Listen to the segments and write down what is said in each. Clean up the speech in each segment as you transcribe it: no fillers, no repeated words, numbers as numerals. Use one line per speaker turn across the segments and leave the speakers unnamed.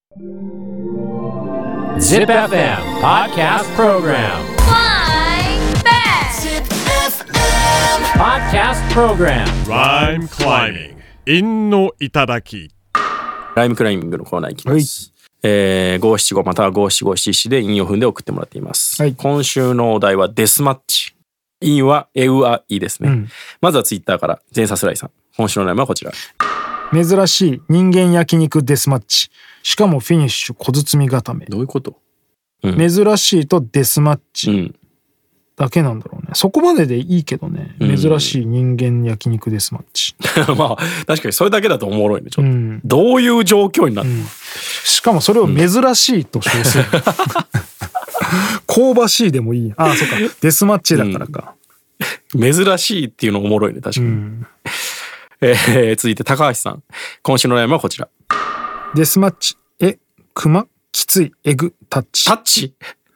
Zip FM Podcast Program
Flying Back
Podcast Program
Rhyme climbing 陰の頂き。
ライムクライミングのコーナーいきます。五七五または五七五七七で韻を踏んで送ってもらっています。
はい、
今週のお題はデスマッチ。韻はエウアイですね。まずはツイッターから全サスライさん。今週のライムはこちら。
珍しい人間焼肉デスマッチ。しかもフィニッシュ小包固め。
どういうこと？
珍しいとデスマッチだけなんだろうね。そこまででいいけどね。珍しい人間焼肉デスマッチ。
まあ確かにそれだけだとおもろいね。ちょっと、どういう状況になってる、
しかもそれを珍しいと称する。香ばしいでもいい。ああ、そうか。デスマッチだからか。
珍しいっていうのおもろいね、確かに。続いて高橋さん。今週のライムはこちら。
デスマッチ。クマきついエグタッチ。
タッチ？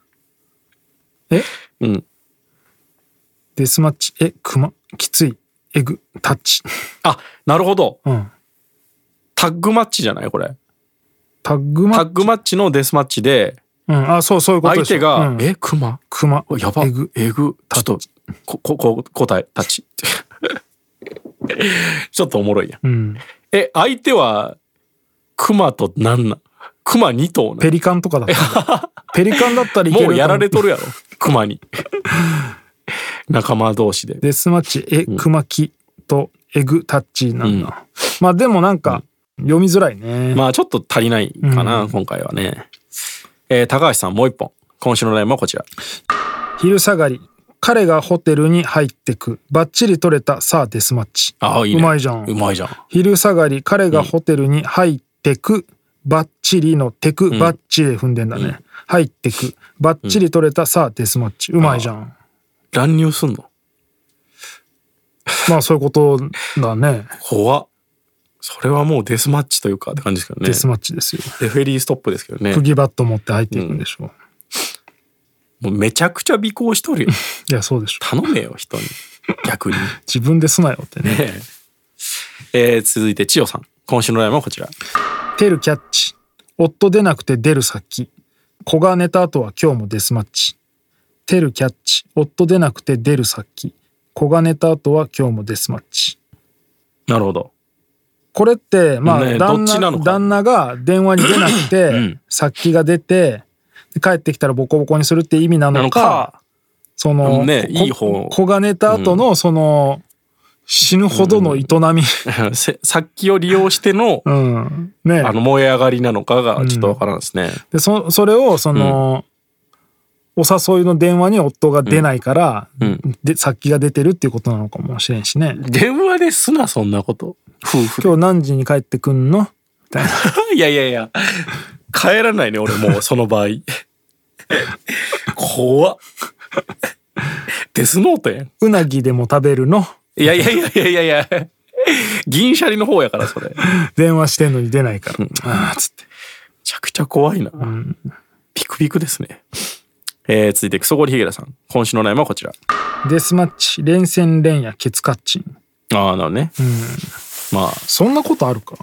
デスマッチ。クマきついエグタッチ。
あ、なるほど。
うん。
タッグマッチじゃないこれ。
タッグマッチ
のデスマッチで、
あ、そういうことでしょ。
相手が、クマやば、エグちょっと答えタッチ。ちょっとおもろいやん。相手はクマとなんなん？クマ2頭ね。
ペリカンとかだったペリカンだったらいける。
もうやられとるやろクマに。仲間同士で。
デスマッチクマキとエグタッチなんだ。まあでもなんか読みづらいね。
まあちょっと足りないかな、今回はね。高橋さんもう一本。今週のラインはこちら。
昼下がり彼がホテルに入ってく。バッチリ取れたさあデスマッチ。
ああ、いいね。
うまいじゃん。昼下がり彼がホテルに入ってく。バッチリのテク、バッチで踏んでんだね。入ってく。バッチリ取れたさあデスマッチ。うまいじゃん。
乱入すんの？
まあそういうことだね。
怖っ。それはもうデスマッチというかって感じですけどね。
デスマッチですよ。
レフェリーストップですけどね。
釘バット持って入っていくんでしょう。
もうめちゃくちゃ尾行しとるよ。
いやそうでしょ。
頼めよ人に。逆に。
自分ですなよってね。
続いて千代さん。今週のラインはこちら。
テルキャッチ。夫出なくて出る先。子が寝た後は今日もデスマッチ。テルキャッチ。夫出なくて出る先。子が寝た後は今日もデスマッチ。
なるほど。
これってまあ、
ね、
旦那が電話に出なくて、先が出て帰ってきたらボコボコにするって意味なのか、その、
ね、いい方
子が寝た後のその、死ぬほどの営み、
殺気を利用しての、
ね、
燃え上がりなのかがちょっとわからんですね。
でそれをその、お誘いの電話に夫が出ないから、で殺気が出てるっていうことなのかもしれんしね。
電話ですなそんなこと。夫婦
今日何時に帰ってくんのみたいな。
いや帰らないね俺もうその場合。怖っ。デスノートやん。
うなぎでも食べるの？
いや銀シャリの方やからそれ。
電話してんのに出ないから、ああつって。
めちゃくちゃ怖いな。ピクピクですね。続いてクソゴリヒゲラさん。今週のラインはこちら。
デスマッチ連戦連夜ケツカッチン。
ああなるね。まあ
そんなことあるか。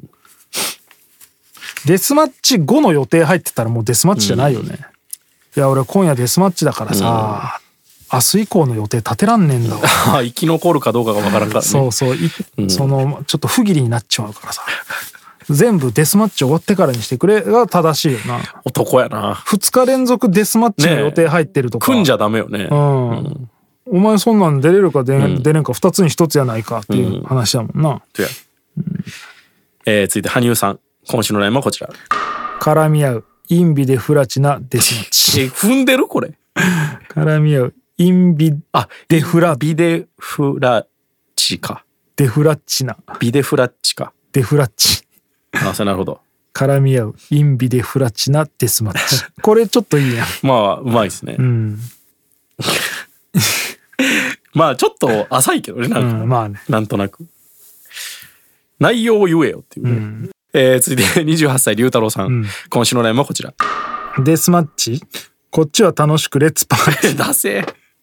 デスマッチ後の予定入ってたらもうデスマッチじゃないよね。いや俺今夜デスマッチだからさ、明日以降の予定立てらんねえんだわ。
生き残るかどうかがわからんからね。
そうそのちょっと不義理になっちまうからさ。全部デスマッチ終わってからにしてくれが正しいよな。
男やな。
2日連続デスマッチの予定入ってるとか。
組んじゃダメよね。
お前そんなん出れるか出れんか2つに1つやないかっていう話だもんな。
続いて羽生さん。今週のラインはこちら。
絡み合うインビデフラチなデスマッチ。
踏んでるこれ。
絡み合うインビデフラチか。デフラッチな。
ビデフラッチか。
デフラッチ。
あ、そうなるほど。
絡み合うインビデフラチなデスマッチ。これちょっといいやん。
まあうまいですね。まあちょっと浅いけどねなんか、
まあね、
なんとなく内容を言えよっていうね。続いて28歳龍太郎さん、今週のラインはこちら。
デスマッチ。こっちは楽しくレッツパーティー。
だせ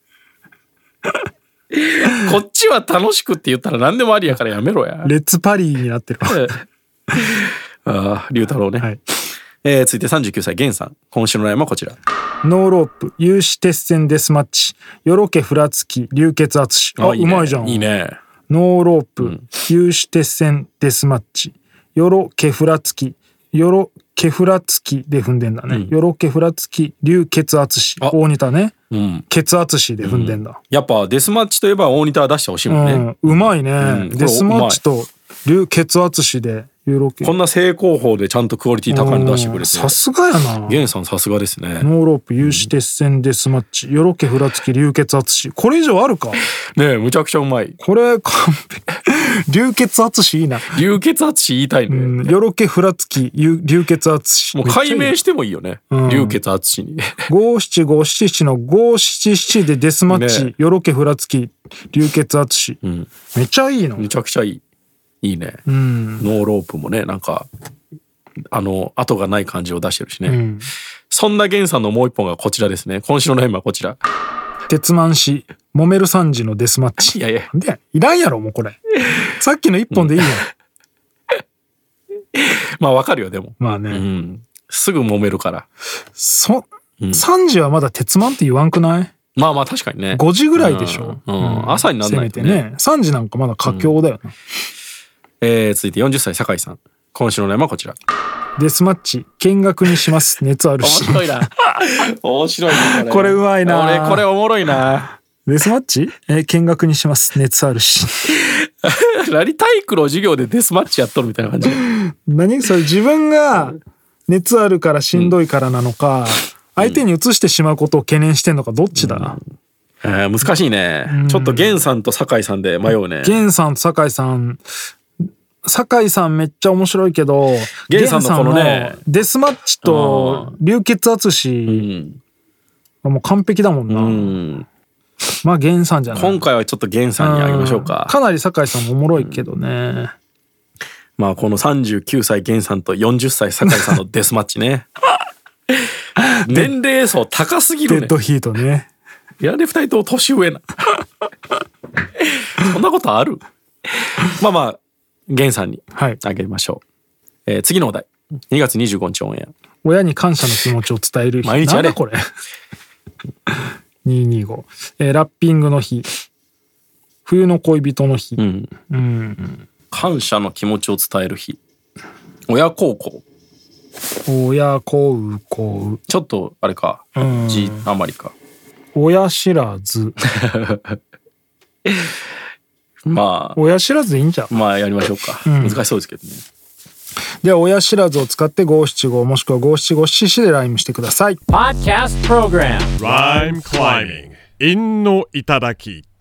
こっちは楽しくって言ったら何でもありやからやめろや。
レッツパリーになってる。
ああ龍太郎ね。 続いて39歳ゲンさん、今週の悩みはこちら。
ノーロープ有刺鉄線デスマッチよろけふらつき流血圧死。あ、
いいね、
うまいじゃん。
いいね。
ノーロープ、有刺鉄線デスマッチよろけふらつきよろけふらつきで踏んでんだね、よろけふらつき流血圧死。大仁田ね、血圧死で踏んでんだ、
やっぱデスマッチといえば大仁田出してほしいもんね、
うまいね、デスマッチと流血圧死でよろけ。
こんな正攻法でちゃんとクオリティ高いの出してくれて、
さすがやな。
ゲンさんさすがですね。
ノーロープ有刺鉄線デスマッチよろけふらつき流血圧死。これ以上あるか。
ねえ、むちゃくちゃうまい。
これ完璧。流血圧死いいな。
流血圧死言いたいね、
よろけふらつき流血圧死。
もう解明してもいいよね、流血圧死に。
五七五七七の五七七でデスマッチ、よろけふらつき流血圧死、めっちゃいいの。
めちゃくちゃいい。いいね、ノーロープもね、なんか後がない感じを出してるしね、そんなゲンさんのもう一本がこちらですね。今週の悩みはこちら。
鉄マン氏揉める3時のデスマッチ。
いやいや
でいらんやろもうこれ。さっきの一本でいいやん、
まあわかるよでも。
まあね、
すぐ揉めるから。
3時はまだ鉄マンって言わんくない？
まあまあ確かにね。
5時ぐらいでしょ、
朝になんないとね。
せめてね3時なんかまだ佳境だよな、
続いて40歳酒井さん、今週の悩みはこちら。
デスマッチ見学にします、熱あるし。
面白いな面白いな
これうまいな。
これおもろいな。
デスマッチ見学にします、熱あるし。
何体育の授業でデスマッチやっとるみたいな感じ。
何それ、自分が熱あるからしんどいからなのか、相手に移してしまうことを懸念してんのか、どっちだ？
難しいね、ちょっとゲンさんと酒井さんで迷うね。
ゲンさんと酒井さんめっちゃ面白いけど、
ゲンさんのこのね
デスマッチと流血圧死、もう完璧だもんな、まあゲンさんじゃない。
今回はちょっとゲンさんにあげましょうか。
かなり酒井さんもおもろいけどね、
まあこの39歳ゲンさんと40歳酒井さんのデスマッチね。年齢層高すぎるね。
デッドヒートね。
いやで2人とも年上な。そんなことある？まあまあゲンさんにあげましょう、次のお題、2月25日オンエア。
親に感謝の気持ちを伝える日。
毎日あれ
なんだこれ。225、ラッピングの日、冬の恋人の日、
感謝の気持ちを伝える日、親孝行。
親孝行、
ちょっとあれか、字あまりか。
親知らず。
まあ
親知らずでいいんじゃん。
まあやりましょうか、難しそうですけどね。
では親知らずを使って五七五もしくは五七五七七でライムしてください。
Podcast Program
Rhyme climbing 陰の頂き。